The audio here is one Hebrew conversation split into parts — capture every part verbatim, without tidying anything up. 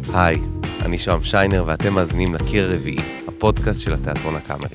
היי, אני שוהם שיינר ואתם מאזינים לקיר הרביעי, הפודקאסט של התיאטרון הקאמרי.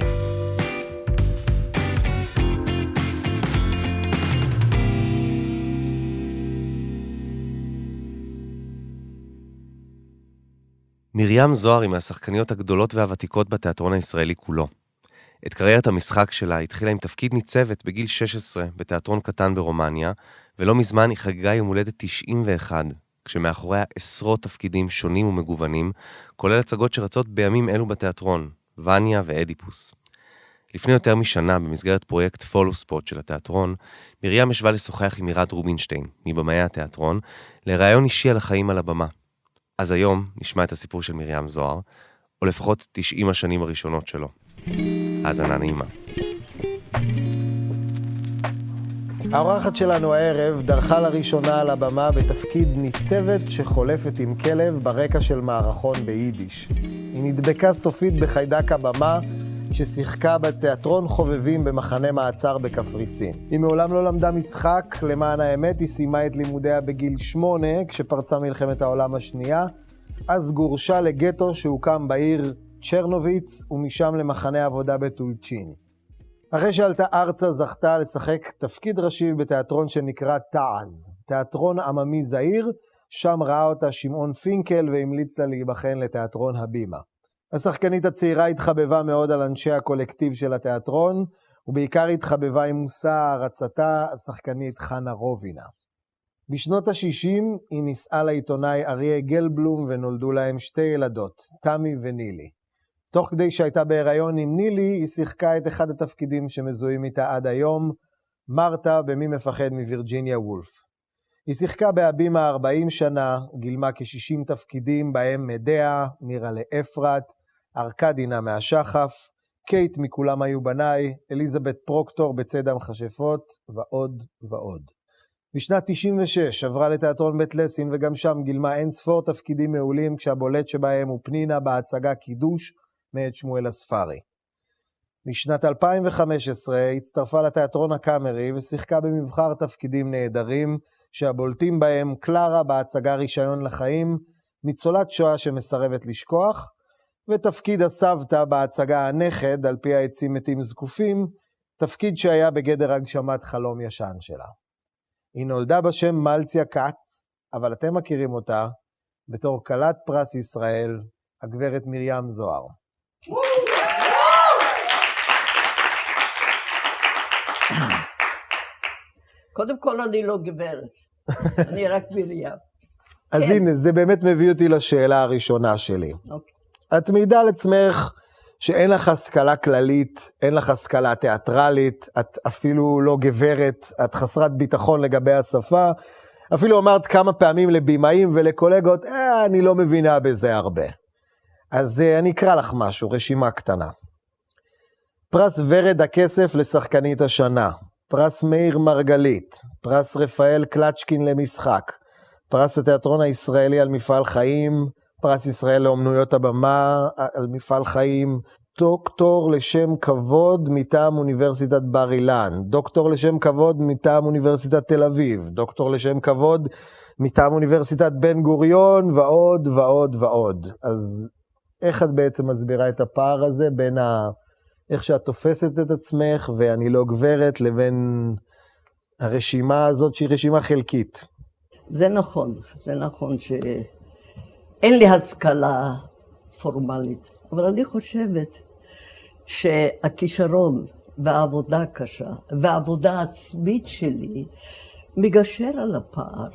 מרים זוהר היא מהשחקניות הגדולות והוותיקות בתיאטרון הישראלי כולו. את קריירת המשחק שלה התחילה עם תפקיד ניצבת בגיל שש עשרה בתיאטרון קטן ברומניה, ולא מזמן היא חגגה יום הולדת תשעים ואחת, כשמאחוריה עשרות תפקידים שונים ומגוונים, כולל הצגות שרצות בימים אלו בתיאטרון, וניה ואדיפוס. לפני יותר משנה, במסגרת פרויקט פולו ספוט של התיאטרון, מרים ישבה לשוחח עם מירד רובינשטיין, מבמאי התיאטרון, לרעיון אישי על החיים על הבמה. אז היום נשמע את הסיפור של מרים זוהר, או לפחות תשעים השנים הראשונות שלו. האזנה נעימה. האורחת שלנו הערב דרכה לראשונה על הבמה בתפקיד ניצבת שחולפת עם כלב ברקע של מערכון ביידיש. היא נדבקה סופית בחיידק הבמה כששיחקה בתיאטרון חובבים במחנה מעצר בקפריסין. היא מעולם לא למדה משחק, למען האמת היא סיימה את לימודיה בגיל שמונה כשפרצה מלחמת העולם השנייה, אז גורשה לגטו שהוקם בעיר צ'רנוביץ ומשם למחנה עבודה בטולצ'ין. אחרי שעלתה ארצה זכתה לשחק תפקיד ראשי בתיאטרון שנקרא תעז, תיאטרון עממי זעיר, שם ראה אותה שמעון פינקל והמליץ לה להיבחן לתיאטרון הבימה. השחקנית הצעירה התחבבה מאוד על אנשי הקולקטיב של התיאטרון, ובעיקר התחבבה עם מושא הרצתה השחקנית חנה רובינה. בשנות ה-שישים היא נישאה לעיתונאי אריה גלבלום ונולדו להם שתי ילדות, תמי ונילי. תוך כדי שהייתה בהיריון עם נילי, היא שיחקה את אחד התפקידים שמזוהים איתה עד היום, מרתה במי מפחד מווירג'יניה וולף. היא שיחקה בהבימה ארבעים שנה, גילמה כ-שישים תפקידים בהם מדעה, מירה לאפרת, ארקדינה מהשחף, קייט מכולם היו בניי, אליזבת פרוקטור בצד המכשפות, ועוד ועוד. בשנת תשעים ושש עברה לתיאטרון בית לסין וגם שם גילמה אין ספור תפקידים מעולים כשהבולט שבהם הוא פנינה בהצגה קידוש מאת שמואל הספרי. בשנת אלפיים וחמש עשרה הצטרפה לתיאטרון הקאמרי ושיחקה במבחר תפקידים נהדרים שהבולטים בהם קלרה בהצגה רישיון לחיים, ניצולת שואה שמסרבת לשכוח, ותפקיד הסבתא בהצגה הנכד על פי העצים מתים זקופים, תפקיד שהיה בגדר הגשמת חלום ישן שלה. היא נולדה בשם מלציה קאץ, אבל אתם מכירים אותה בתור כלת פרס ישראל, הגברת מרים זוהר. קודם כל אני לא גברת, אני רק מרים. אז כן. הנה, זה באמת מביא אותי לשאלה הראשונה שלי. אוקיי. את מעידה על עצמך שאין לך השכלה כללית, אין לך השכלה תיאטרלית, את אפילו לא גברת, את חסרת ביטחון לגבי השפה, אפילו אמרת כמה פעמים לבימאים ולקולגות, אה, אני לא מבינה בזה הרבה. אז אה, אני אקרא לך משהו, רשימה קטנה. פרס ורד הכסף לשחקנית השנה, פרס מאיר מרגלית, פרס רפאל קלצ'קין למשחק, פרס התיאטרון הישראלי על מפעל חיים, פרס ישראל לאומנויות הבמה על מפעל חיים, דוקטור לשם כבוד מטעם אוניברסיטת בר אילן, דוקטור לשם כבוד מטעם אוניברסיטת תל אביב, דוקטור לשם כבוד מטעם אוניברסיטת בן גוריון, ועוד ועוד ועוד. אז איך את בעצם מסבירה את הפער הזה בין ה... איך שאת תופסת את עצמך ואני לא גברת לבין הרשימה הזאת שהיא רשימה חלקית? זה נכון, זה נכון שאין לי השכלה פורמלית, אבל אני חושבת שהכישרון והעבודה הקשה והעבודה העצמית שלי מגשר על הפער.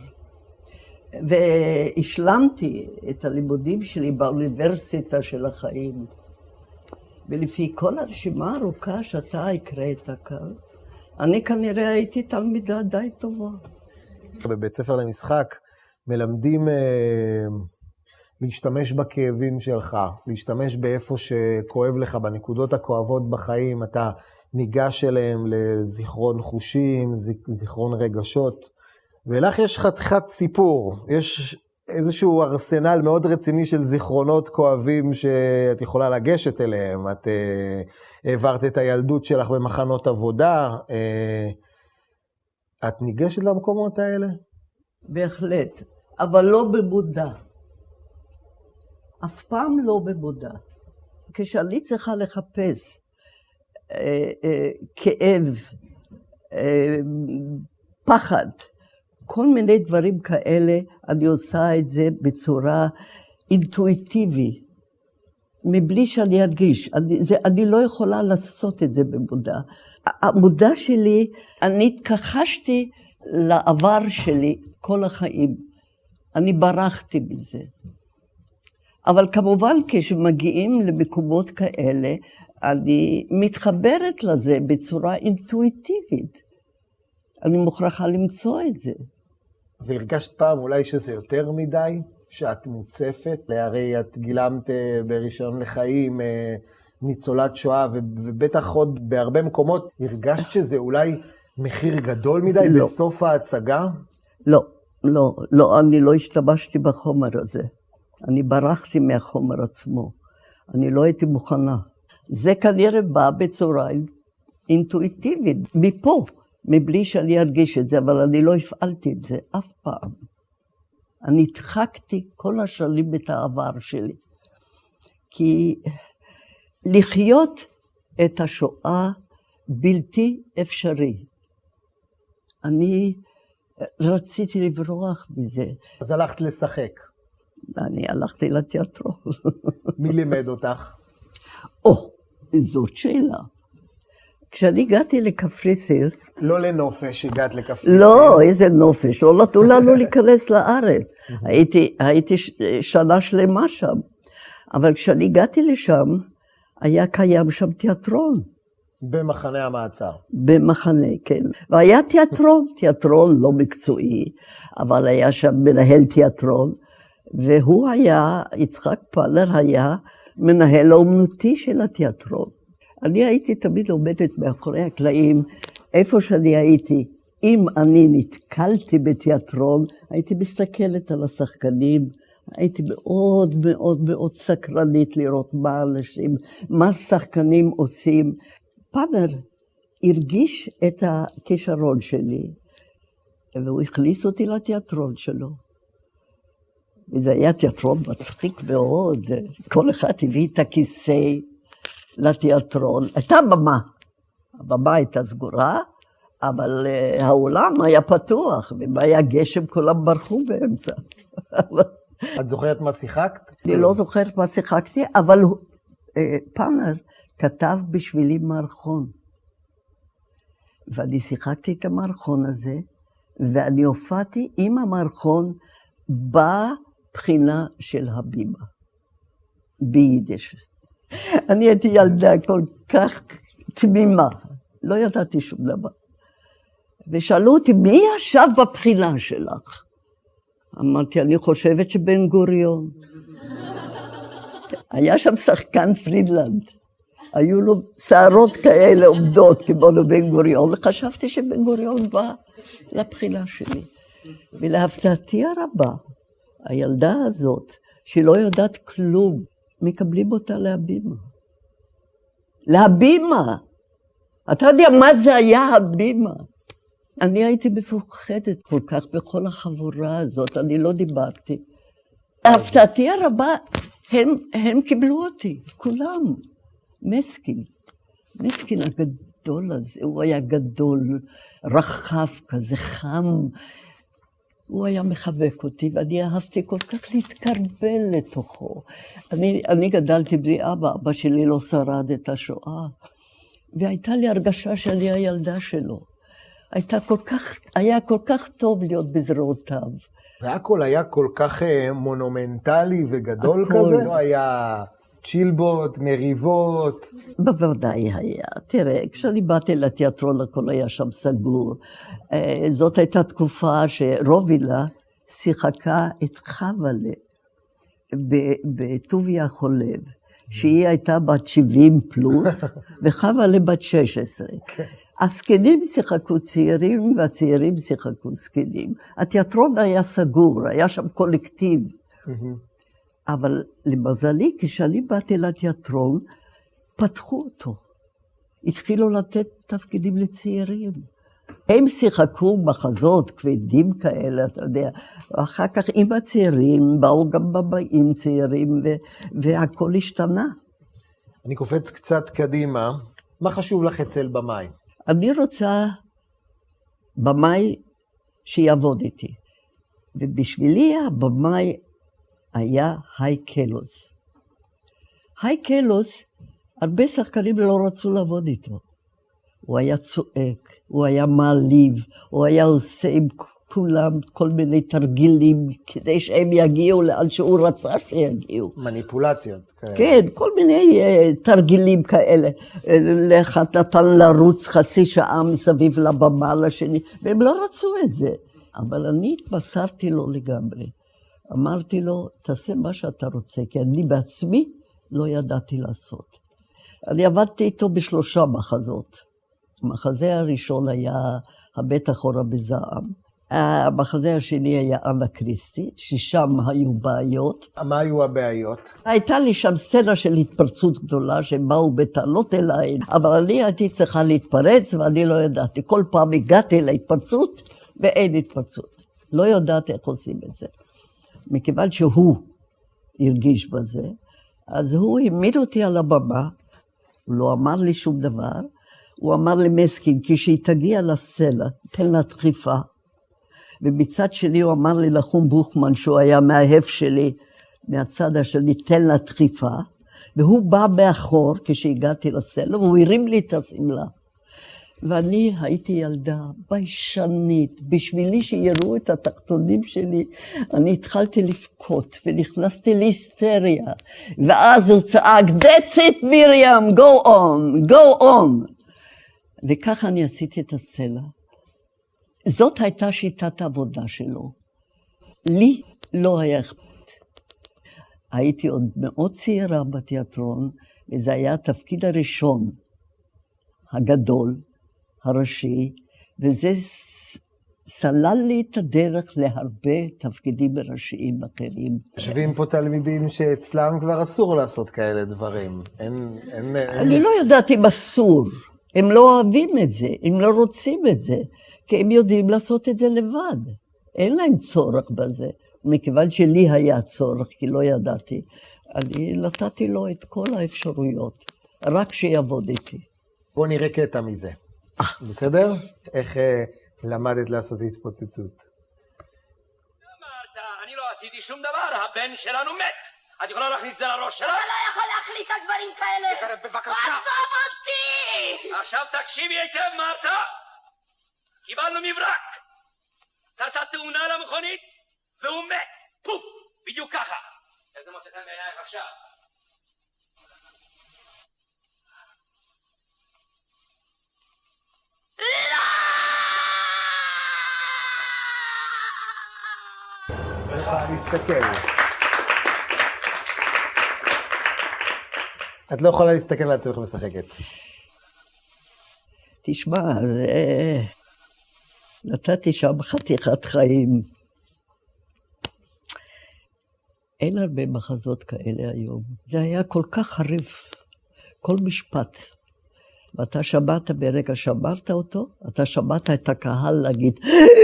והשלמתי את הלימודים שלי באוניברסיטה של החיים. ולפי כל הרשימה הארוכה שאתה הקראת כאן, אני כנראה הייתי תלמידה די טובה. בבית ספר למשחק מלמדים אה, להשתמש בכאבים שלך, להשתמש באיפה שכואב לך, בנקודות הכואבות בחיים, אתה ניגש אליהם לזיכרון חושים, זיכרון רגשות, ולך יש חתיכת סיפור, יש איזשהו ארסנל מאוד רציני של זיכרונות כואבים שאת יכולה לגשת אליהם, את אה, העברת את הילדות שלך במחנות עבודה, אה, את ניגשת למקומות האלה? בהחלט, אבל לא במודע. אף פעם לא במודע. כשאני צריכה לחפש אה, אה, כאב, אה, פחד, כל מיני דברים כאלה, אני עושה את זה בצורה אינטואיטיבית, מבלי שאני ארגיש. אני, זה, אני לא יכולה לעשות את זה במודע. המודע שלי, אני התכחשתי לעבר שלי כל החיים. אני ברחתי מזה. אבל כמובן כשמגיעים למקומות כאלה, אני מתחברת לזה בצורה אינטואיטיבית. אני מוכרחה למצוא את זה. והרגשת פעם אולי שזה יותר מדי? שאת מוצפת? הרי את גילמת ברישיון לחיים ניצולת שואה, ובטח עוד בהרבה מקומות, הרגשת שזה אולי מחיר גדול מדי לא. בסוף ההצגה? לא, לא, לא, אני לא השתמשתי בחומר הזה. אני ברחתי מהחומר עצמו. אני לא הייתי מוכנה. זה כנראה בא בצורה אינטואיטיבית, מפה, מבלי שאני ארגיש את זה, אבל אני לא הפעלתי את זה אף פעם. אני הדחקתי כל השנים את העבר שלי. כי לחיות את השואה בלתי אפשרי. אני רציתי לברוח מזה. אז הלכת לשחק. אני הלכתי לתיאטרון. מי לימד אותך? או, זאת שאלה. כשאני הגעתי לקפריסין... לא לנופש, הגעת לקפריסין. לא, איזה נופש, לא נתנו לנו להיכנס לארץ. הייתי, הייתי שנה שלמה שם. אבל כשאני הגעתי לשם, היה קיים שם תיאטרון. במחנה המעצר. במחנה, כן. והיה תיאטרון, תיאטרון לא מקצועי, אבל היה שם מנהל תיאטרון, והוא היה, יצחק פלר היה מנהל האומנותי של התיאטרון. אני הייתי תמיד עומדת מאחורי הקלעים, איפה שאני הייתי, אם אני נתקלתי בתיאטרון, הייתי מסתכלת על השחקנים, הייתי מאוד מאוד מאוד סקרנית לראות מה אנשים, מה שחקנים עושים. פלר הרגיש את הכישרון שלי, והוא הכניס אותי לתיאטרון שלו. וזה היה תיאטרון מצחיק מאוד, כל אחד הביא את הכיסא לתיאטרון. הייתה במה, הבמה הייתה סגורה, אבל uh, האולם היה פתוח, ואם היה גשם כולם ברחו באמצע. את זוכרת מה שיחקת? אני לא זוכרת מה שיחקתי, אבל uh, פלר כתב בשבילי מערכון. ואני שיחקתי את המערכון הזה, ואני הופעתי עם המערכון בבחינה של הבימה, ביידיש. אני הייתי ילדה כל כך תמימה, לא ידעתי שום דבר. ושאלו אותי, מי ישב בבחינה שלך? אמרתי, אני חושבת שבן גוריון. היה שם שחקן פרידלנד. היו לו שערות כאלה עומדות כמו לבן גוריון, וחשבתי שבן גוריון בא לבחינה שלי. ולהפתעתי הרבה, הילדה הזאת, שהיא לא יודעת כלום, מקבלים אותה להבימה. להבימה! אתה יודע מה זה היה הבימה? אני הייתי מפוחדת כל כך בכל החבורה הזאת, אני לא דיברתי. להפתעתי הרבה, הם, הם קיבלו אותי, כולם. מסקין, מסקין הגדול הזה, הוא היה גדול, רחב כזה, חם. הוא היה מחבק אותי, ואני אהבתי כל כך להתקרבל לתוכו. אני, אני גדלתי בלי אבא, אבא שלי לא שרד את השואה, והייתה לי הרגשה שאני הילדה שלו. הייתה כל כך, היה כל כך טוב להיות בזרועותיו. והכל היה כל כך מונומנטלי וגדול הכל. כזה? לא היה צ'ילבות, מריבות? בוודאי היה. תראה, כשאני באתי לתיאטרון, הכל היה שם סגור. זאת הייתה תקופה שרובילה שיחקה את חבלה בטוביה חולב, שהיא הייתה בת שבעים פלוס, וחבלה בת שש עשרה. הזקנים שיחקו צעירים, והצעירים שיחקו זקנים. התיאטרון היה סגור, היה שם קולקטיב. אבל למזלי, כשאני באתי לתיאטרון, פתחו אותו. התחילו לתת תפקידים לצעירים. הם שיחקו מחזות כבדים כאלה, אתה יודע, ואחר כך עם הצעירים, באו גם בבאים צעירים, ו- והכל השתנה. אני קופץ קצת קדימה, מה חשוב לך אצל במאי? אני רוצה במאי שיעבוד איתי, ובשבילי הבמאי היה היי קלוס. היי קלוס, הרבה שחקנים לא רצו לעבוד איתו. הוא היה צועק, הוא היה מעליב, הוא היה עושה עם כולם כל מיני תרגילים, כדי שהם יגיעו לאן שהוא רצה שיגיעו. מניפולציות כאלה. כן, כל מיני uh, תרגילים כאלה. לאחד נתן לרוץ חצי שעה מסביב לבמה לשני, והם לא רצו את זה. אבל אני התמסרתי לו לגמרי. אמרתי לו, תעשה מה שאתה רוצה, כי אני בעצמי לא ידעתי לעשות. אני עבדתי איתו בשלושה מחזות. המחזה הראשון היה הבית אחורה בזעם. המחזה השני היה אנה קריסטי, ששם היו בעיות. מה היו הבעיות? הייתה לי שם סצנה של התפרצות גדולה, שהם באו בטענות אליי, אבל אני הייתי צריכה להתפרץ ואני לא ידעתי. כל פעם הגעתי להתפרצות ואין התפרצות. לא יודעת איך עושים את זה. מכיוון שהוא הרגיש בזה, אז הוא העמיד אותי על הבמה, הוא לא אמר לי שום דבר, הוא אמר למסקין, כשהיא תגיע לסצנה, תן לה דחיפה. ומצד שלי הוא אמר לי לחום בוכמן, שהוא היה מאהב שלי, מהצד השני, תן לה דחיפה. והוא בא מאחור כשהגעתי לסצנה, והוא הרים לי את השמלה. ואני הייתי ילדה ביישנית, בשבילי שיראו את התחתונים שלי, אני התחלתי לבכות ונכנסתי להיסטריה, ואז הוא צעק, That's it מרים, go on, go on. וככה אני עשיתי את הסצנה. זאת הייתה שיטת העבודה שלו. לי לא היה אכפת. הייתי עוד מאוד צעירה בתיאטרון, וזה היה התפקיד הראשון, הגדול, הראשי, וזה סלל לי את הדרך להרבה תפקידים ראשיים אחרים. יושבים פה תלמידים שאצלם כבר אסור לעשות כאלה דברים. אין, אין, אני אין... לא יודעת אם אסור. הם לא אוהבים את זה, הם לא רוצים את זה, כי הם יודעים לעשות את זה לבד. אין להם צורך בזה. מכיוון שלי היה צורך, כי לא ידעתי, אני נתתי לו את כל האפשרויות, רק שיעבוד איתי. בוא נראה קטע מזה. בסדר? איך אה, למדת לעשות התפוצצות? אמרת, אני לא עשיתי שום דבר, הבן שלנו מת. את יכולה להכניס את זה לראש שלך? אתה לא יכול להחליט על דברים כאלה. גברת, בבקשה. עזוב אותי! עכשיו תקשיבי היטב, מרתה. קיבלנו מברק. קרתה תאונה למכונית, והוא מת. פוף! בדיוק ככה. איזה מוצא כאן בעינייך עכשיו? לא יכולה להסתכל. את לא יכולה להסתכל על עצמך משחקת. תשמע, זה... נתתי שם חתיכת חיים. אין הרבה מחזות כאלה היום. זה היה כל כך חריף, כל משפט. ואתה שמעת ברגע שאמרת אותו, אתה שמעת את הקהל להגיד,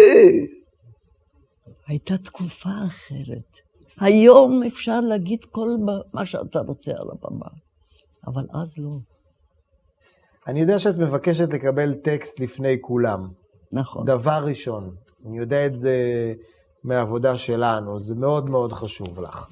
הייתה תקופה אחרת. היום אפשר להגיד כל מה שאתה רוצה על הבמה, אבל אז לא. אני יודע שאת מבקשת לקבל טקסט לפני כולם. נכון. דבר ראשון, אני יודע את זה מהעבודה שלנו, זה מאוד מאוד חשוב לך.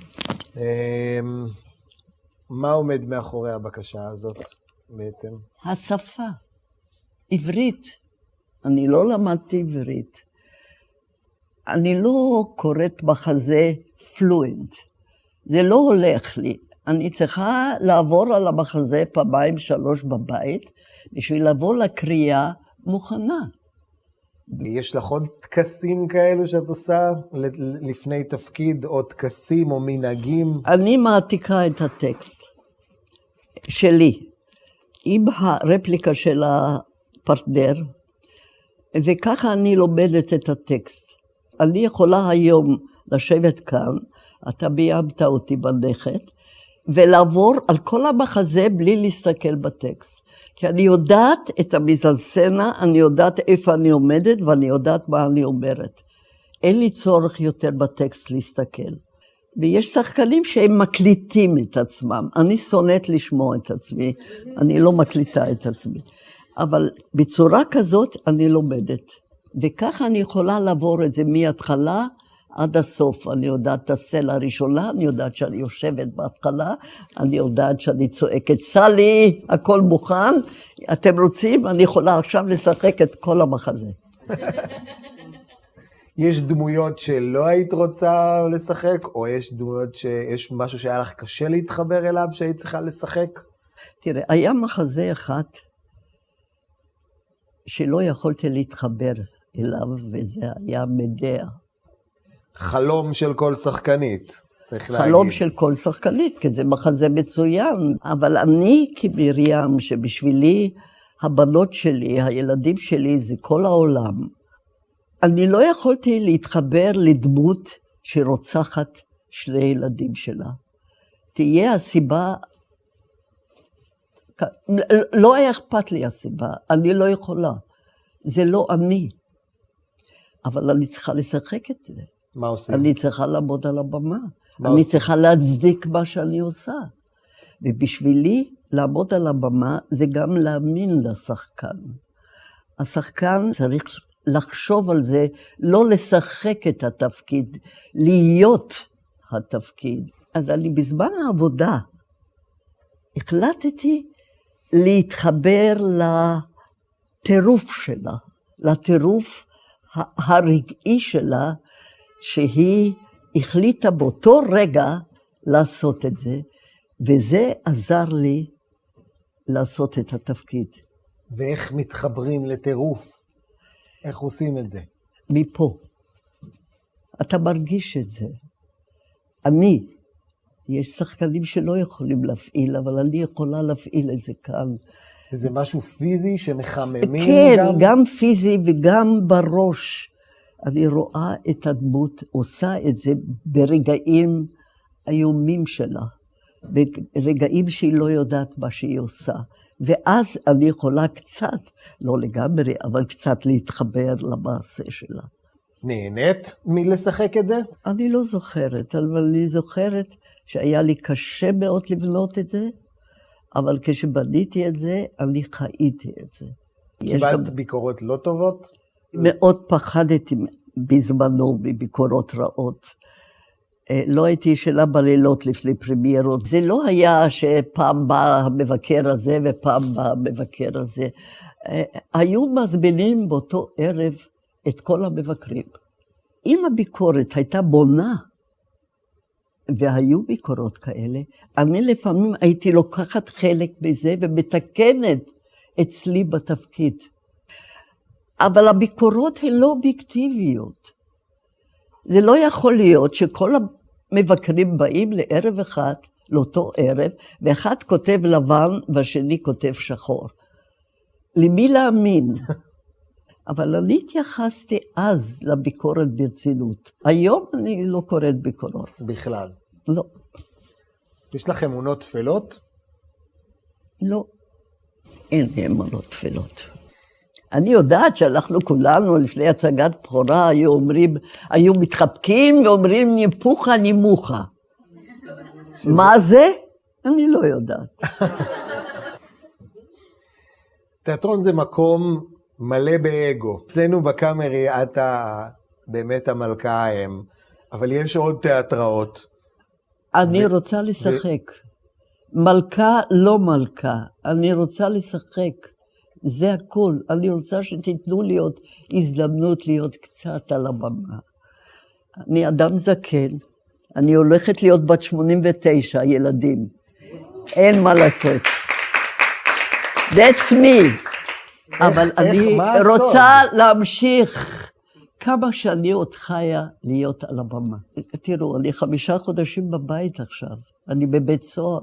מה עומד מאחורי הבקשה הזאת בעצם? השפה, עברית. אני לא למדתי עברית. אני לא קוראת מחזה פלואנט. זה לא הולך לי. אני צריכה לעבור על המחזה פעמיים שלוש בבית, בשביל לבוא לקריאה מוכנה. יש לך עוד טקסים כאלו שאת עושה לפני תפקיד, או טקסים או מנהגים? אני מעתיקה את הטקסט שלי, עם הרפליקה של הפרטנר, וככה אני לומדת את הטקסט. אני יכולה היום לשבת כאן, אתה ביימת אותי בנכת, ולעבור על כל המחזה בלי להסתכל בטקסט. כי אני יודעת את המזלסצנה, אני יודעת איפה אני עומדת, ואני יודעת מה אני אומרת. אין לי צורך יותר בטקסט להסתכל. ויש שחקנים שהם מקליטים את עצמם. אני שונאת לשמוע את עצמי, אני לא מקליטה את עצמי. אבל בצורה כזאת אני לומדת. וככה אני יכולה לעבור את זה מההתחלה עד הסוף. אני יודעת את הסצנה הראשונה, אני יודעת שאני יושבת בהתחלה, אני יודעת שאני צועקת, סלי, הכל מוכן, אתם רוצים? אני יכולה עכשיו לשחק את כל המחזה. יש דמויות שלא היית רוצה לשחק, או יש דמויות שיש משהו שהיה לך קשה להתחבר אליו, שהיית צריכה לשחק? תראה, היה מחזה אחד שלא יכולתי להתחבר אליו, וזה היה מדעה. חלום של כל שחקנית, צריך להגיד. חלום של כל שחקנית, כי זה מחזה מצוין. אבל אני כמרים, שבשבילי הבנות שלי, הילדים שלי, זה כל העולם. אני לא יכולתי להתחבר לדמות שרוצחת שני ילדים שלה. תהיה הסיבה, לא היה אכפת לי הסיבה, אני לא יכולה. זה לא אני. אבל אני צריכה לשחק את זה. מה עושים? אני צריכה לעמוד על הבמה. אני עושים? צריכה להצדיק מה שאני עושה. ובשבילי לעמוד על הבמה זה גם להאמין לשחקן. השחקן צריך לחשוב על זה, לא לשחק את התפקיד, להיות התפקיד. אז אני בזמן העבודה החלטתי להתחבר לטירוף שלה, לטירוף הרגעי שלה, שהיא החליטה באותו רגע לעשות את זה, וזה עזר לי לעשות את התפקיד. ואיך מתחברים לטירוף? איך עושים את זה? מפה. אתה מרגיש את זה. אני, יש שחקנים שלא יכולים להפעיל, אבל אני יכולה להפעיל את זה כאן. וזה משהו פיזי שמחממים כן, גם? גם, גם פיזי וגם בראש. אני רואה את הדמות, עושה את זה ברגעים איומים שלה, ברגעים שהיא לא יודעת מה שהיא עושה. ואז אני יכולה קצת, לא לגמרי, אבל קצת להתחבר למעשה שלה. נהנית מלשחק את זה? אני לא זוכרת, אבל אני זוכרת שהיה לי קשה מאוד לבנות את זה, אבל כשבניתי את זה, אני חייתי את זה. קיבלת גם... ביקורות לא טובות? מאוד פחדתי בזמנו מביקורות רעות. לא הייתי ישנה בלילות לפני פרמיירות. זה לא היה שפעם בא המבקר הזה ופעם בא המבקר הזה. היו מזמינים באותו ערב את כל המבקרים. אם הביקורת הייתה בונה, והיו ביקורות כאלה, אני לפעמים הייתי לוקחת חלק בזה ומתקנת אצלי בתפקיד. אבל הביקורות הן לא אובייקטיביות. זה לא יכול להיות שכל המבקרים באים לערב אחד, לאותו ערב, ואחד כותב לבן והשני כותב שחור. למי להאמין? אבל אני התייחסתי אז לביקורת ברצינות. היום אני לא קוראת ביקורות. בכלל? לא. יש לך אמונות תפלות? לא. אין לי אמונות תפלות. אני יודעת שאנחנו כולנו לפני הצגת בכורה היו אומרים, היו מתחבקים ואומרים ניפוחה נימוחה. מה זה? אני לא יודעת. תיאטרון זה מקום מלא באגו. אצלנו בקאמרי את באמת המלכה האם, אבל יש עוד תיאטראות. אני רוצה לשחק. מלכה לא מלכה, אני רוצה לשחק. זה הכל. אני רוצה שתיתנו לי עוד הזדמנות להיות קצת על הבמה. אני אדם זקן, אני הולכת להיות בת שמונים ותשע ילדים. אין מה לעשות. That's me. אבל אני רוצה להמשיך כמה שאני עוד חיה להיות על הבמה. תראו, אני חמישה חודשים בבית עכשיו. אני בבית סוהר.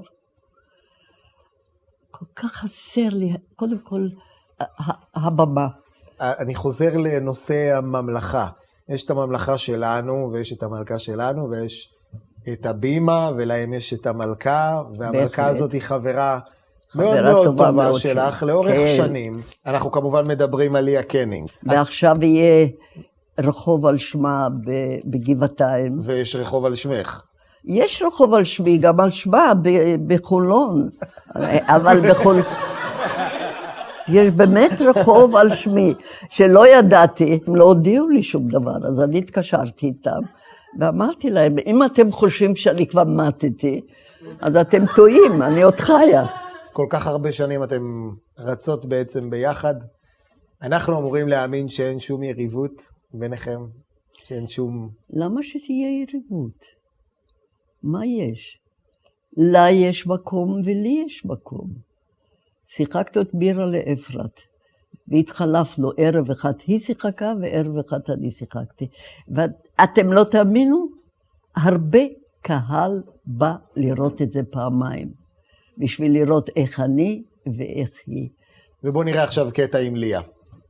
כל כך חסר לי, קודם כל, הבמה. אני חוזר לנושא הממלכה. יש את הממלכה שלנו, ויש את המלכה שלנו, ויש את הבימה, ולהם יש את המלכה, והמלכה בהחלט. הזאת היא חברה מאוד חברה מאוד טובה טובה מאוד שלך, שלי. לאורך כן. שנים. אנחנו כמובן מדברים על ליה קנינג. ועכשיו יהיה רחוב על שמה ב- בגבעתיים. ויש רחוב על שמך. יש רחוב על שמי, גם על שמה ב- בחולון, אבל בחולון. יש באמת רחוב על שמי, שלא ידעתי, הם לא הודיעו לי שום דבר, אז אני התקשרתי איתם, ואמרתי להם, אם אתם חושבים שאני כבר מתתי, אז אתם טועים, אני עוד חיה. כל כך הרבה שנים אתם רצות בעצם ביחד. אנחנו אמורים להאמין שאין שום יריבות ביניכם, שאין שום... למה שתהיה יריבות? מה יש? לה יש מקום ולי יש מקום. שיחקת את בירה לאפרת, והתחלפנו ערב אחד היא שיחקה וערב אחד אני שיחקתי. ואתם לא תאמינו, הרבה קהל בא לראות את זה פעמיים, בשביל לראות איך אני ואיך היא. ובואו נראה עכשיו קטע עם ליה.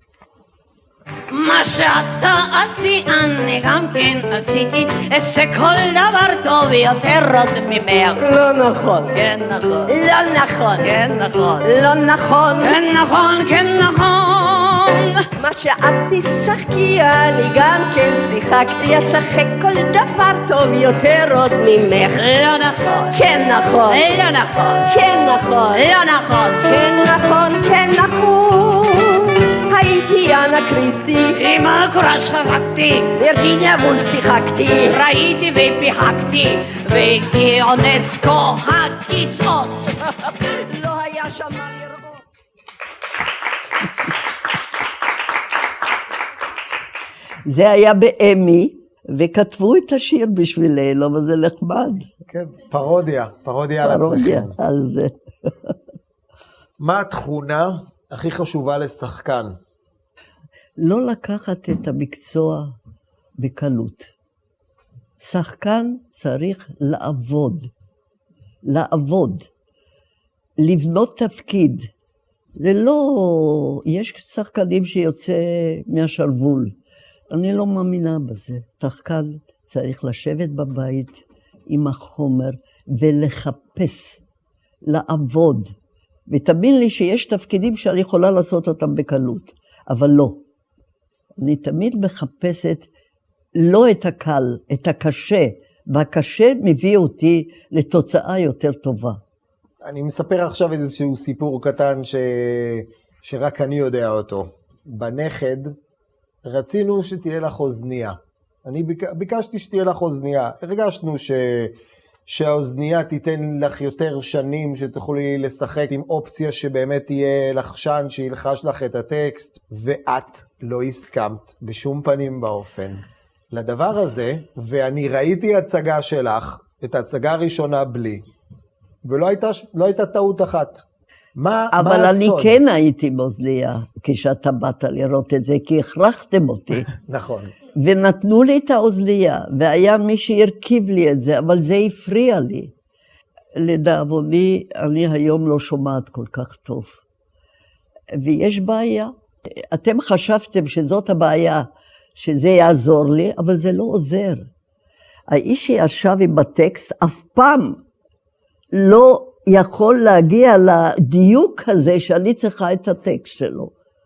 מה שאתה עשי, אני גם כן עשיתי, אעשה כל דבר טוב יותר עוד ממך. לא נכון. כן נכון. לא נכון. כן נכון. לא נכון. כן נכון, כן נכון. מה שאת תשחקי, אני גם כן שיחקתי, אשחק כל דבר טוב יותר עוד ממך. לא נכון. כן נכון. לא נכון. כן נכון. לא נכון. כן נכון, כן נכון. הייתי אנה קריסטי, עם הקורה שחקתי, וירג'יניה וולף שיחקתי, ראיתי ופיחקתי, ואונסקו הכיסאות, לא היה שם מה לראות. זה היה באמי, וכתבו את השיר בשבילנו, אבל זה נחמד. כן, פרודיה, פרודיה על פרודיה עצמכם. על זה. מה התכונה הכי חשובה לשחקן? לא לקחת את המקצוע בקלות. שחקן צריך לעבוד, לעבוד, לבנות תפקיד. זה לא, יש שחקנים שיוצא מהשרוול. אני לא מאמינה בזה. שחקן צריך לשבת בבית עם החומר ולחפש, לעבוד. ותאמין לי שיש תפקידים שאני יכולה לעשות אותם בקלות, אבל לא. אני תמיד מחפשת לא את הקל, את הקשה, והקשה מביא אותי לתוצאה יותר טובה. אני מספר עכשיו איזשהו סיפור קטן ש... שרק אני יודע אותו. בנכד רצינו שתהיה לך אוזנייה. אני ביק... ביקשתי שתהיה לך אוזנייה. הרגשנו ש... שהאוזנייה תיתן לך יותר שנים, שתוכלי לשחק עם אופציה שבאמת תהיה לחשן, שילחש לך את הטקסט, ואת לא הסכמת בשום פנים באופן לדבר הזה, ואני ראיתי הצגה שלך, את ההצגה הראשונה בלי, ולא הייתה, לא הייתה טעות אחת. מה, אבל מה אני הסוד? כן הייתי באוזנייה כשאתה באת לראות את זה, כי הכרחתם אותי. נכון. ונתנו לי את האוזנייה, והיה מי שהרכיב לי את זה, אבל זה הפריע לי. לדאבוני, אני היום לא שומעת כל כך טוב. ויש בעיה. אתם חשבתם שזאת הבעיה, שזה יעזור לי, אבל זה לא עוזר. האיש שישב עם הטקסט אף פעם לא יכול להגיע לדיוק הזה שאני צריכה את הטקסט שלו.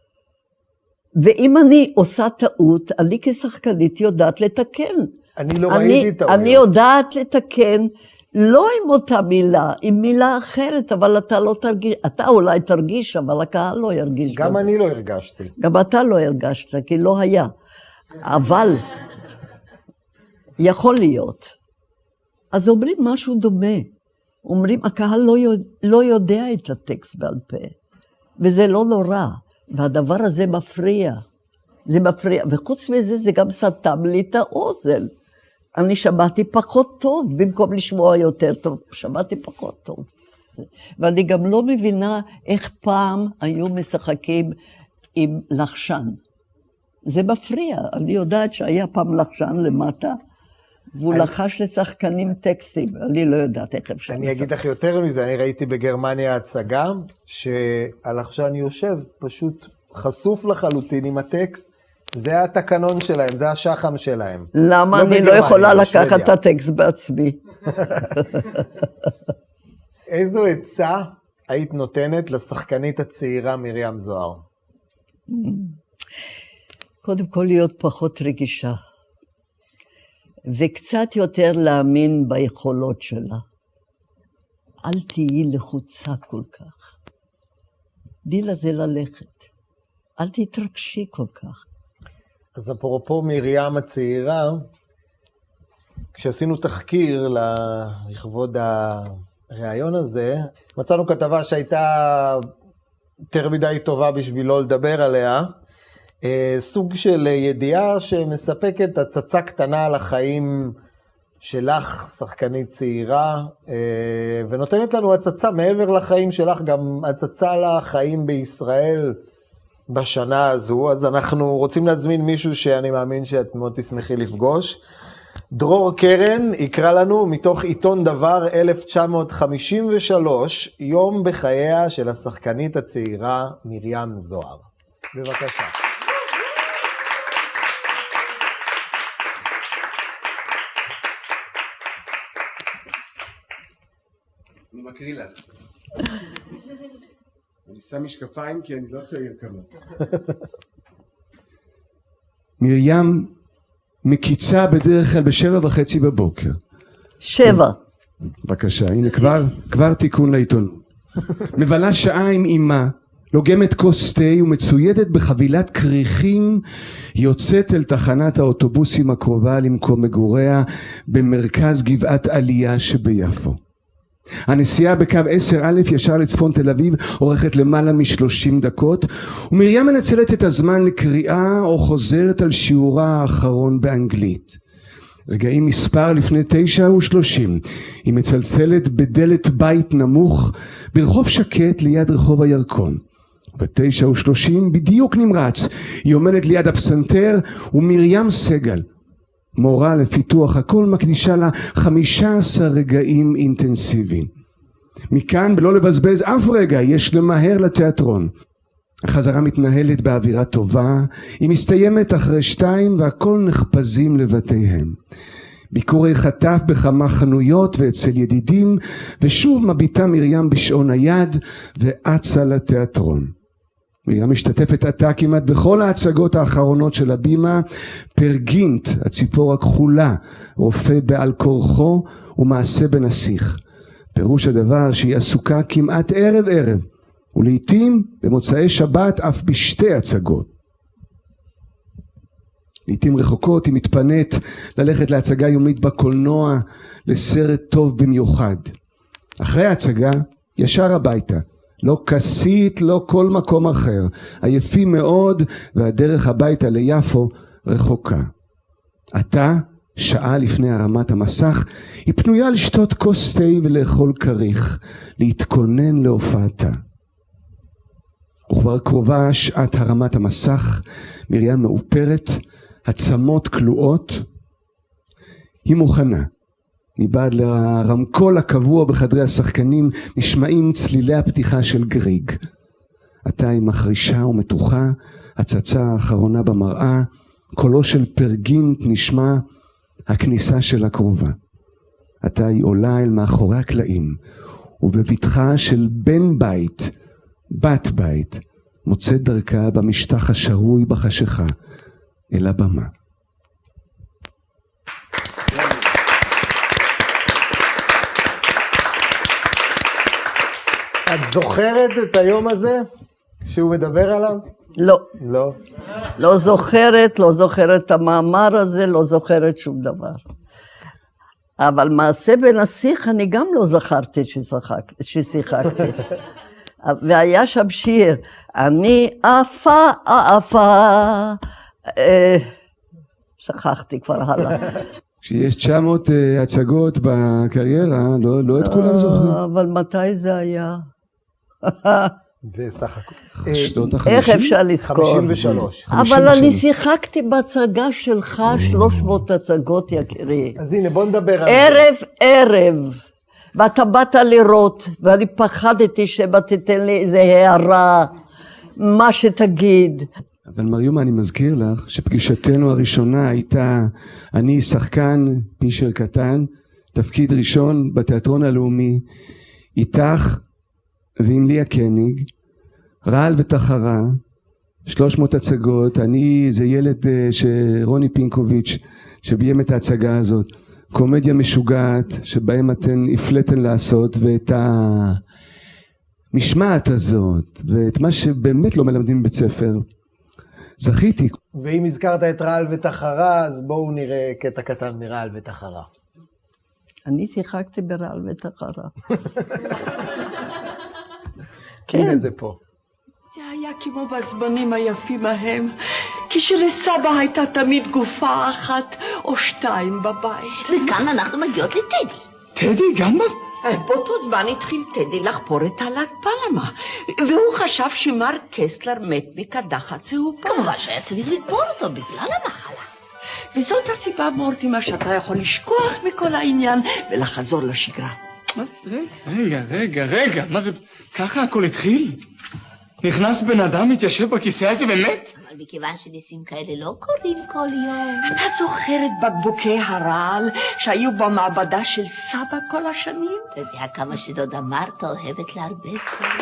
ואם אני עושה טעות, אני כשחקנית יודעת לתקן. אני לא אני, ראיתי טעויות. אני יודעת לתקן, לא עם אותה מילה, עם מילה אחרת, אבל אתה לא תרגיש, אתה אולי תרגיש, אבל הקהל לא ירגיש. גם בזה. אני לא הרגשתי. גם אתה לא הרגשת, כי לא היה. אבל יכול להיות. אז אומרים משהו דומה. אומרים, הקהל לא יודע, לא יודע את הטקסט בעל פה, וזה לא נורא, והדבר הזה מפריע. זה מפריע, וחוץ מזה זה גם סתם לי את האוזן. אני שמעתי פחות טוב, במקום לשמוע יותר טוב, שמעתי פחות טוב. ואני גם לא מבינה איך פעם היו משחקים עם לחשן. זה מפריע, אני יודעת שהיה פעם לחשן למטה, והוא אני... לחש לשחקנים טקסטים, אני לא יודעת איך אפשר. אני אגיד לך יותר מזה, אני ראיתי בגרמניה הצגה, שהלחשן יושב פשוט חשוף לחלוטין עם הטקסט, זה התקנון שלהם, זה השחם שלהם. למה לא אני בגרמניה, לא יכולה לקחת בשוודיה. את הטקסט בעצמי? איזו עצה היית נותנת לשחקנית הצעירה מרים זוהר? קודם כל להיות פחות רגישה, וקצת יותר להאמין ביכולות שלה. אל תהיי לחוצה כל כך. תני לזה ללכת. אל תתרגשי כל כך. אז אפרופו מרים הצעירה, כשעשינו תחקיר לכבוד הרעיון הזה, מצאנו כתבה שהייתה יותר מדי טובה בשביל לא לדבר עליה, סוג של ידיעה שמספקת הצצה קטנה על החיים שלך, שחקנית צעירה, ונותנת לנו הצצה מעבר לחיים שלך, גם הצצה לחיים בישראל בשנה הזו. אז אנחנו רוצים להזמין מישהו שאני מאמין שאת מאוד תשמחי לפגוש. דרור קרן יקרא לנו מתוך עיתון דבר אלף תשע מאות חמישים ושלוש, יום בחייה של השחקנית הצעירה מרים זוהר. בבקשה. אני מקריא לך. אני שם משקפיים כי אני לא צעיר כמה. מרים מקיצה בדרך כלל בשבע וחצי בבוקר. שבע. בבקשה, הנה כבר, כבר תיקון לעיתון. מבלה שעה עם אמא, לוגמת כוס תה ומצוידת בחבילת כריכים, יוצאת אל תחנת האוטובוסים הקרובה למקום מגוריה במרכז גבעת עלייה שביפו. הנסיעה בקו עשר א' ישר לצפון תל אביב אורכת למעלה משלושים דקות, ומרים מנצלת את הזמן לקריאה או חוזרת על שיעורה האחרון באנגלית. רגעים מספר לפני תשע ושלושים היא מצלצלת בדלת בית נמוך ברחוב שקט ליד רחוב הירקון. בתשע ושלושים בדיוק נמרץ היא עומדת ליד הפסנתר, ומרים סגל, מורה לפיתוח הכל, מקדישה לה חמישה עשר רגעים אינטנסיביים. מכאן, בלא לבזבז אף רגע, יש למהר לתיאטרון. החזרה מתנהלת באווירה טובה, היא מסתיימת אחרי שתיים והכל נחפזים לבתיהם. ביקורי חטף בכמה חנויות ואצל ידידים, ושוב מביטה מרים בשעון היד ואצה לתיאטרון. מרים משתתפת עתה כמעט בכל ההצגות האחרונות של הבימה. פרגינט, הציפור הכחולה, רופא בעל כורחו ומעשה בנסיך. פירוש הדבר שהיא עסוקה כמעט ערב ערב, ולעיתים במוצאי שבת אף בשתי הצגות. לעיתים רחוקות היא מתפנית ללכת להצגה יומית בקולנוע, לסרט טוב במיוחד. אחרי ההצגה ישר הביתה, לא כסית, לא כל מקום אחר, עייפים מאוד, והדרך הביתה ליפו רחוקה. עתה, שעה לפני הרמת המסך, היא פנויה לשתות כוס תה ולאכול כריך, להתכונן להופעתה. וכבר קרובה שעת הרמת המסך, מרים מאופרת, עצמות כלואות, היא מוכנה. מבעד לרמקול הקבוע בחדרי השחקנים נשמעים צלילי הפתיחה של גריג. עתה היא מחרישה ומתוחה, הצצה האחרונה במראה, קולו של פרגינט נשמע, הכניסה של הקרובה. עתה היא עולה אל מאחורי הקלעים, ובבטחה של בן בית, בת בית, מוצאת דרכה במשטח השרוי בחשיכה, אל הבמה. את זוכרת את היום הזה שהוא מדבר עליו? לא. לא. לא זוכרת, לא זוכרת את המאמר הזה, לא זוכרת שום דבר. אבל מעשה בנסיך אני גם לא זכרתי ששחק, ששיחקתי. והיה שם שיר, אני עפה, עפה, שכחתי כבר הלאה. כשיש תשע מאות הצגות בקריירה, לא, לא את כולם זוכרים. אבל מתי זה היה? בסך הכל. איך אפשר לזכור? חמישים ושלוש. אבל אני שיחקתי בהצגה שלך שלוש מאות הצגות, יקירי. אז הנה, בוא נדבר על זה. ערב ערב. ואתה באת לראות, ואני פחדתי שבא תיתן לי איזה הערה, מה שתגיד. אבל מריומה, אני מזכיר לך שפגישתנו הראשונה הייתה, אני שחקן פישר קטן, תפקיד ראשון בתיאטרון הלאומי, איתך ועם ליה קניג, רעל ותחרה, שלוש מאות הצגות, אני זה ילד שרוני פינקוביץ' שביים את ההצגה הזאת, קומדיה משוגעת שבהם אתן הפלטן לעשות, ואת המשמעת הזאת ואת מה שבאמת לא מלמדים בבית ספר זכיתי. ואם הזכרת את רעל ותחרה, אז בואו נראה קטע קטן מרעל ותחרה. אני שיחקתי ברעל ותחרה. הנה זה פה. זה היה כמו בזמנים היפים ההם, כשלסבא הייתה תמיד גופה אחת או שתיים בבית. וכאן אנחנו מגיעות לטדי. טדי גם? באותו זמן התחיל טדי לחפור את תעלת פנמה, והוא חשב שמר קסטלר מת מקדחת צהובה. כמובן שהיה צריך לקבור אותו בגלל המחלה. וזאת הסיבה, מורטימה, שאתה יכול לשכוח מכל העניין ולחזור לשגרה. רגע, רגע, רגע, מה זה, ככה הכל התחיל? נכנס בן אדם, מתיישב בכיסא הזה באמת? אבל מכיוון שניסים כאלה לא קורים כל יום. אתה זוכר את בקבוקי הרעל שהיו במעבדה של סבא כל השנים? אתה יודע כמה שדודה מרתה אוהבת לערבב.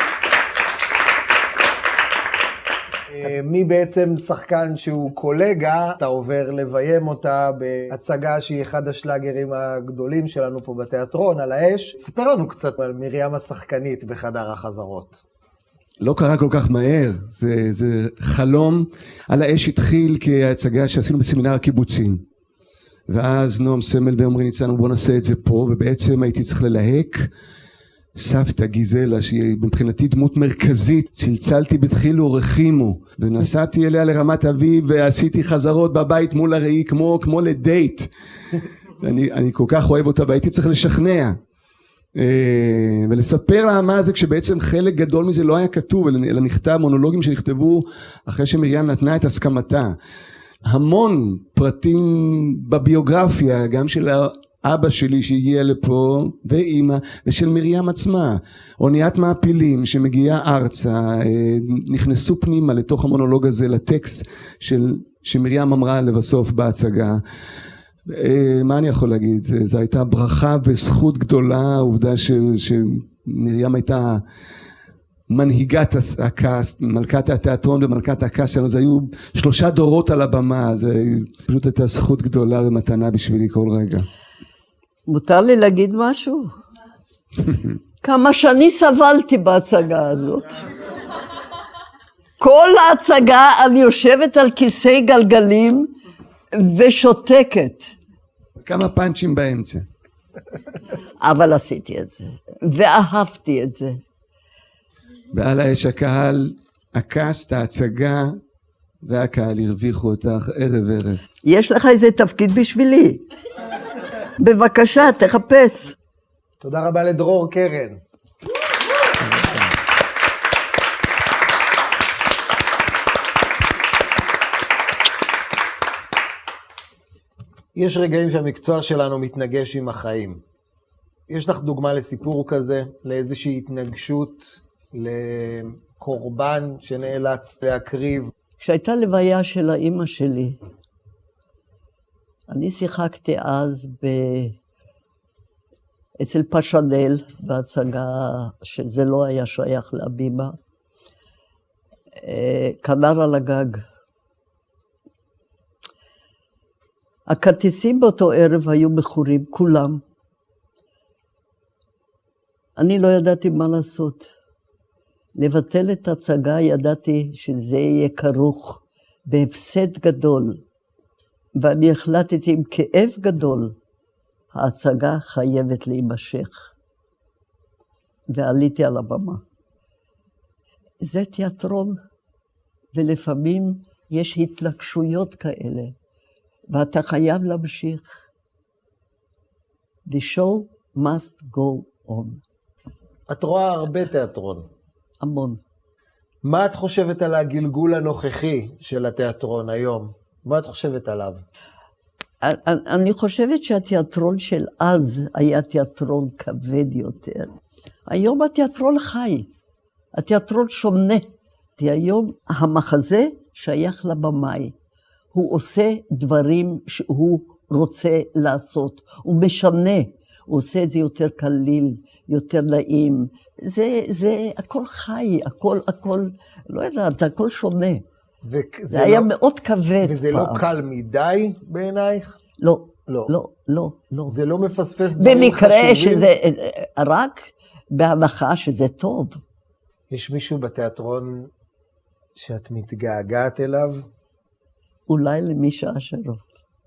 מי בעצם שחקן שהוא קולגה, אתה עובר לביים אותה בהצגה שהיא אחד השלאגרים הגדולים שלנו פה בתיאטרון, על האש. ספר לנו קצת על מרים השחקנית בחדר החזרות. לא קרה כל כך מהר, זה, זה חלום. על האש התחיל כהצגה שעשינו בסמינר הקיבוצים. ואז נועם סמל ועמרי ניצן, בוא נעשה את זה פה, ובעצם הייתי צריך ללהק סבתא גיזלה, שהיא מבחינתי דמות מרכזית. צלצלתי בתחילו רחימו, ונסעתי אליה לרמת אביב, ועשיתי חזרות בבית מול הראי, כמו, כמו לדייט. אני, אני כל כך אוהב אותה, והייתי צריך לשכנע. ולספר לה מה זה, כשבעצם חלק גדול מזה לא היה כתוב, אלא נכתב, מונולוגים שנכתבו אחרי שמרים נתנה את הסכמתה. המון פרטים בביוגרפיה, גם של אבא שלי שהגיע לפה, ואימא, ושל מרים עצמה. אוניית מעפילים שמגיעה ארצה, נכנסו פנימה לתוך המונולוג הזה, לטקסט של, שמרים אמרה לבסוף בהצגה. מה אני יכול להגיד? זו הייתה ברכה וזכות גדולה, העובדה ש, שמרים הייתה מנהיגת הקאסט, מלכת התיאטרון ומלכת הקאסט שלנו, זה היו שלושה דורות על הבמה, זה פשוט הייתה זכות גדולה ומתנה בשבילי כל רגע. מותר לי להגיד משהו? כמה שאני סבלתי בהצגה הזאת. כל ההצגה אני יושבת על כיסא גלגלים ושותקת. כמה פאנצ'ים באמצע. אבל עשיתי את זה, ואהבתי את זה. ועל האש הקהל, הקאסט, ההצגה, והקהל הרוויחו אותך ערב ערב. יש לך איזה תפקיד בשבילי? בבקשה, תחפש. תודה רבה לדרור קרן. יש רגעים שהמקצוע שלנו מתנגש עם החיים. יש לך דוגמה לסיפור כזה, לאיזושהי התנגשות, לקורבן שנאלץ להקריב? כשהייתה לוויה של האמא שלי, אני שיחקתי אז ב... אצל פשדל, בהצגה שזה לא היה שייך לאביבה, כנר על הגג. הכרטיסים באותו ערב היו מכורים, כולם. אני לא ידעתי מה לעשות. לבטל את ההצגה, ידעתי שזה יהיה כרוך בהפסד גדול. ואני החלטתי עם כאב גדול, ההצגה חייבת להימשך. ועליתי על הבמה. זה תיאטרון, ולפעמים יש התלקשויות כאלה. ואתה חייב להמשיך. The show must go on. את רואה הרבה תיאטרון. המון. מה את חושבת על הגלגול הנוכחי של התיאטרון היום? מה את חושבת עליו? אני חושבת שהתיאטרון של אז היה תיאטרון כבד יותר. היום התיאטרון חי. התיאטרון שונה. כי היום המחזה שייך לבמאי. הוא עושה דברים שהוא רוצה לעשות, הוא משנה, הוא עושה את זה יותר קליל, יותר נעים. זה, זה הכל חי, הכל, הכל, לא יודעת, הכל שונה. זה היה לא, מאוד כבד. וזה פעם. לא קל מדי בעינייך? לא, לא, לא, לא, לא. זה לא מפספס דברים חשובים? במקרה שזה, רק בהנחה שזה טוב. יש מישהו בתיאטרון שאת מתגעגעת אליו? אולי למישה אשרוב.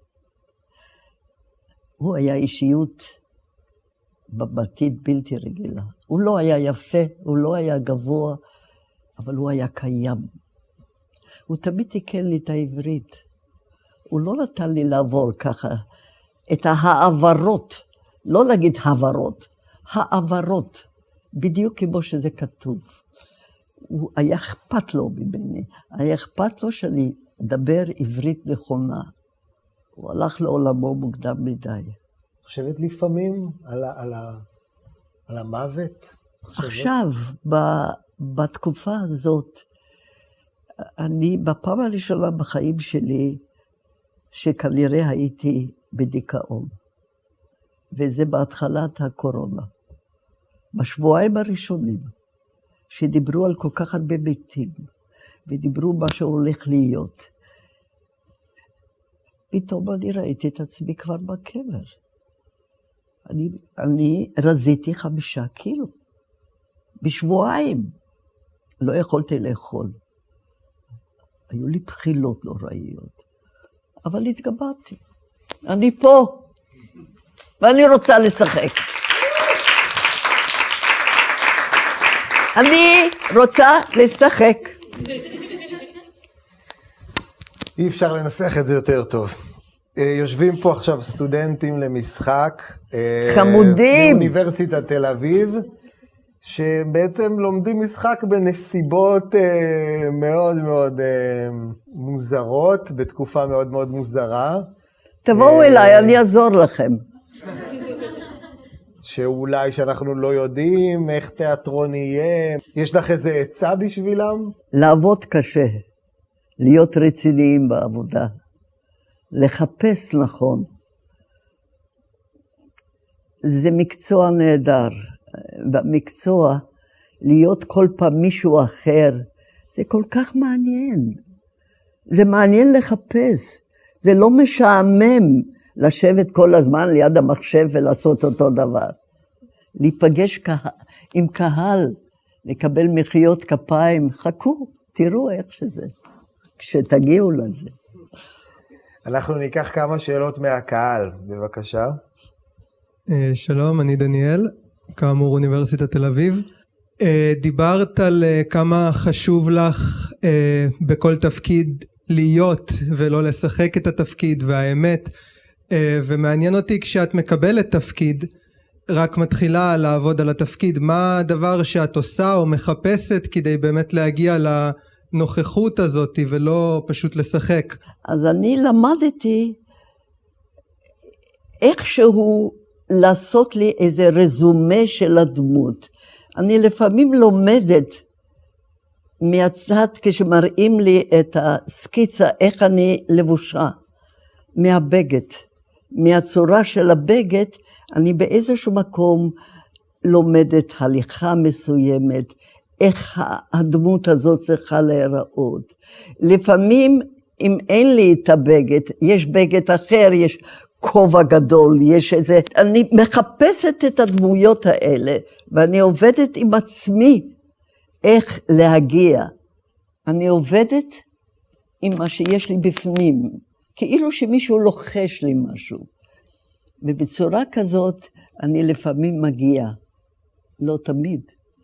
הוא היה אישיות בבתית בלתי רגילה. הוא לא היה יפה, הוא לא היה גבוה, אבל הוא היה קיים. הוא תמיד תיקן לי את העברית. הוא לא נתן לי לעבור ככה את העברות, לא להגיד העברות, העברות, בדיוק כמו שזה כתוב. הוא היה אכפת לו ממני, היה אכפת לו שאני אדבר עברית נכונה. הוא הלך לעולמו מוקדם מדי. חושבת לפעמים על, ה, על, ה, על המוות? חושבת? עכשיו, ב, בתקופה הזאת, אני בפעם הראשונה בחיים שלי, שכנראה הייתי בדיכאון. וזה בהתחלת הקורונה. בשבועיים הראשונים, שדיברו על כל כך הרבה מתים, ודיברו מה שהולך להיות. פתאום אני ראיתי את עצמי כבר בקבר. אני, אני רזיתי חמישה קילו. בשבועיים. לא יכולתי לאכול. היו לי בחילות נוראיות. אבל התגברתי. אני פה. ואני רוצה לשחק. אני רוצה לשחק. אי אפשר לנסח את זה יותר טוב. יושבים פה עכשיו סטודנטים למשחק. חמודים. מאוניברסיטת תל אביב, שבעצם לומדים משחק בנסיבות מאוד מאוד מוזרות, בתקופה מאוד מאוד מוזרה. תבואו אליי, אני אעזור לכם. שאולי שאנחנו לא יודעים איך תיאטרון יהיה. יש לך איזה עצה בשבילם? לעבוד קשה, להיות רציניים בעבודה, לחפש נכון. זה מקצוע נהדר. במקצוע, להיות כל פעם מישהו אחר, זה כל כך מעניין. זה מעניין לחפש. זה לא משעמם לשבת כל הזמן ליד המחשב ולעשות אותו דבר. להיפגש כה... עם קהל, לקבל מחיאות כפיים, חכו, תראו איך שזה, כשתגיעו לזה. אנחנו ניקח כמה שאלות מהקהל, בבקשה. שלום, אני דניאל, כאמור אוניברסיטת תל אביב. דיברת על כמה חשוב לך בכל תפקיד להיות ולא לשחק את התפקיד והאמת, ומעניין אותי כשאת מקבלת תפקיד, רק מתחילה לעבוד על התפקיד, מה הדבר שאת עושה או מחפשת כדי באמת להגיע לנוכחות הזאת ולא פשוט לשחק? אז אני למדתי איכשהו לעשות לי איזה רזומה של הדמות. אני לפעמים לומדת מהצד כשמראים לי את הסקיצה, איך אני לבושה, מהבגד, מהצורה של הבגד, אני באיזשהו מקום לומדת הליכה מסוימת, איך הדמות הזאת צריכה להיראות. לפעמים, אם אין לי את הבגד, יש בגד אחר, יש כובע גדול, יש איזה... אני מחפשת את הדמויות האלה, ואני עובדת עם עצמי איך להגיע. אני עובדת עם מה שיש לי בפנים, כאילו שמישהו לוחש לי משהו. ובצורה כזאת אני לפעמים מגיעה, לא תמיד.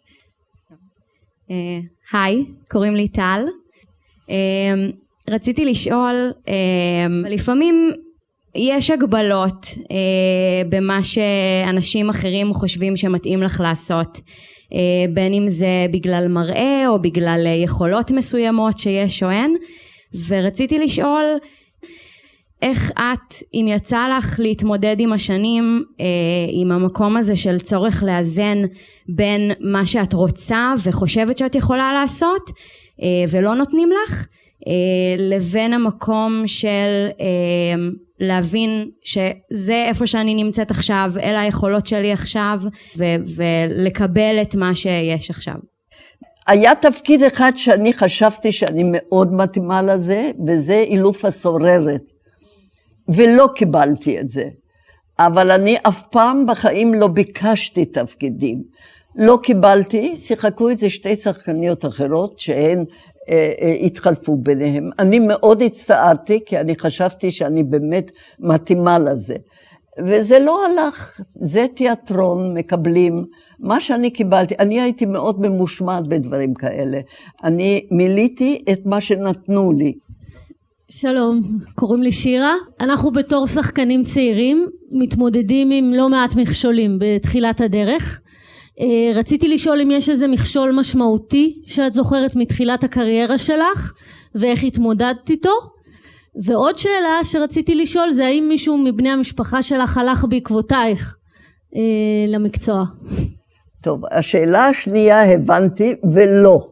היי, קוראים לי טל. רציתי לשאול, לפעמים יש הגבלות במה שאנשים אחרים חושבים שמתאים לך לעשות, בין אם זה בגלל מראה או בגלל יכולות מסוימות שיש או אין, ורציתי לשאול איך את, אם יצא לך להתמודד עם השנים, עם המקום הזה של צורך לאזן בין מה שאת רוצה וחושבת שאת יכולה לעשות ולא נותנים לך, לבין המקום של להבין שזה איפה שאני נמצאת עכשיו, אלה היכולות שלי עכשיו, ו- ולקבל את מה שיש עכשיו. היה תפקיד אחד שאני חשבתי שאני מאוד מתאימה לזה, וזה אילוף הסוררת. ולא קיבלתי את זה. אבל אני אף פעם בחיים לא ביקשתי תפקידים. לא קיבלתי, שיחקו את זה שתי שחקניות אחרות שהן אה, אה, התחלפו ביניהם. אני מאוד הצטערתי, כי אני חשבתי שאני באמת מתאימה לזה. וזה לא הלך, זה תיאטרון, מקבלים. מה שאני קיבלתי, אני הייתי מאוד ממושמעת בדברים כאלה. אני מיליתי את מה שנתנו לי. שלום, קוראים לי שירה. אנחנו בתור שחקנים צעירים מתמודדים עם לא מעט מכשולים בתחילת הדרך. רציתי לשאול אם יש איזה מכשול משמעותי שאת זוכרת מתחילת הקריירה שלך ואיך התמודדת איתו. ועוד שאלה שרציתי לשאול זה האם מישהו מבני המשפחה שלך הלך בעקבותייך אה, למקצוע. טוב, השאלה השנייה הבנתי ולא.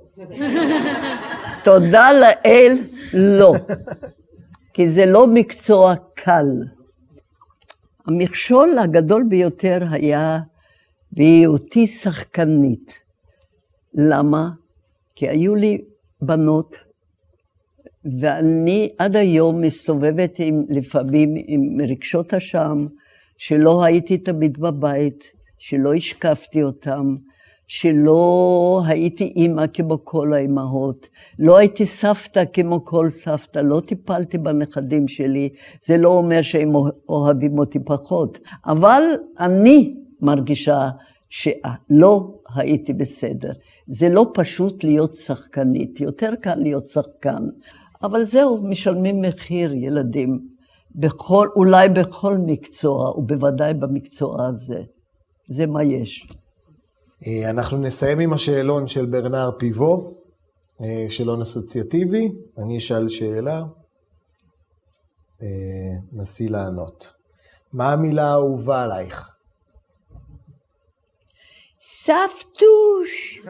תודה לאל, לא. כי זה לא מקצוע קל. המכשול הגדול ביותר היה בהיותי שחקנית. למה? כי היו לי בנות, ואני עד היום מסתובבת עם, לפעמים עם רגשות אשם, שלא הייתי תמיד בבית, שלא השקפתי אותם, שלא הייתי אימא כמו כל האימהות, לא הייתי סבתא כמו כל סבתא, לא טיפלתי בנכדים שלי, זה לא אומר שהם אוהבים אותי פחות, אבל אני מרגישה שלא הייתי בסדר. זה לא פשוט להיות שחקנית, יותר קל להיות שחקן, אבל זהו, משלמים מחיר ילדים, בכל, אולי בכל מקצוע, ובוודאי במקצוע הזה. זה מה יש. אנחנו נסיים עם השאלון של ברנר פיבו, שאלון אסוציאטיבי. אני אשאל שאלה, נסי לענות. מה המילה האהובה עלייך? סבתוש.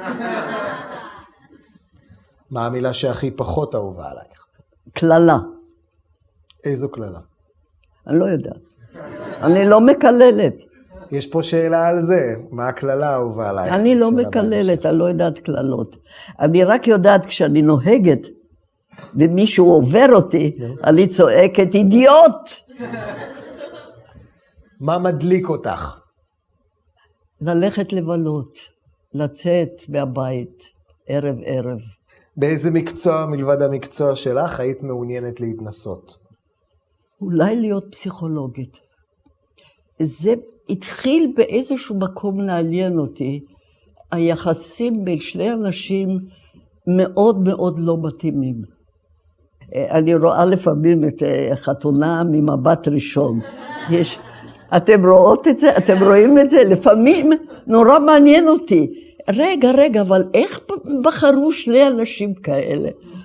מה המילה שהכי פחות אהובה עלייך? כללה. איזו כללה? אני לא יודעת. אני לא מקללת. יש פה שאלה על זה, מה הכללה האהובה עלייך? אני לא מקללת, אני לא יודעת כללות. אני רק יודעת כשאני נוהגת, ומישהו עובר אותי, אני צועקת אידיוט. מה מדליק אותך? ללכת לבלות, לצאת מהבית, ערב ערב. באיזה מקצוע מלבד המקצוע שלך היית מעוניינת להתנסות? אולי להיות פסיכולוגית. זה התחיל באיזשהו מקום לעניין אותי, היחסים בין שני אנשים מאוד מאוד לא מתאימים. אני רואה לפעמים את חתונה ממבט ראשון. יש, אתם רואות את זה? אתם רואים את זה? לפעמים נורא מעניין אותי. רגע, רגע, אבל איך בחרו שני אנשים כאלה?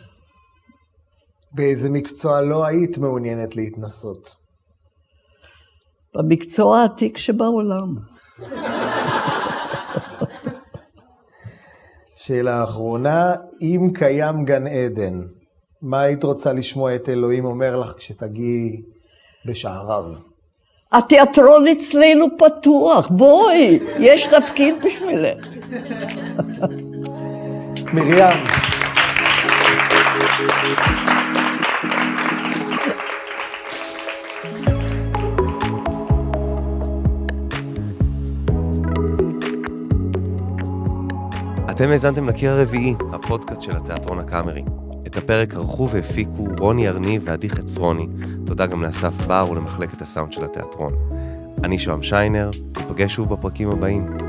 באיזה מקצוע לא היית מעוניינת להתנסות? במקצוע העתיק שבעולם. שאלה אחרונה, אם קיים גן עדן, מה היית רוצה לשמוע את אלוהים אומר לך כשתגיעי בשעריו? התיאטרון אצלנו פתוח, בואי, יש תפקיד בשבילך. מרים. אתם האזנתם לקיר הרביעי, הפודקאסט של התיאטרון הקאמרי. את הפרק ערכו והפיקו רוני ארני ועדי חצרוני. תודה גם לאסף בר ולמחלקת הסאונד של התיאטרון. אני שוהם שיינר, נפגש שוב בפרקים הבאים.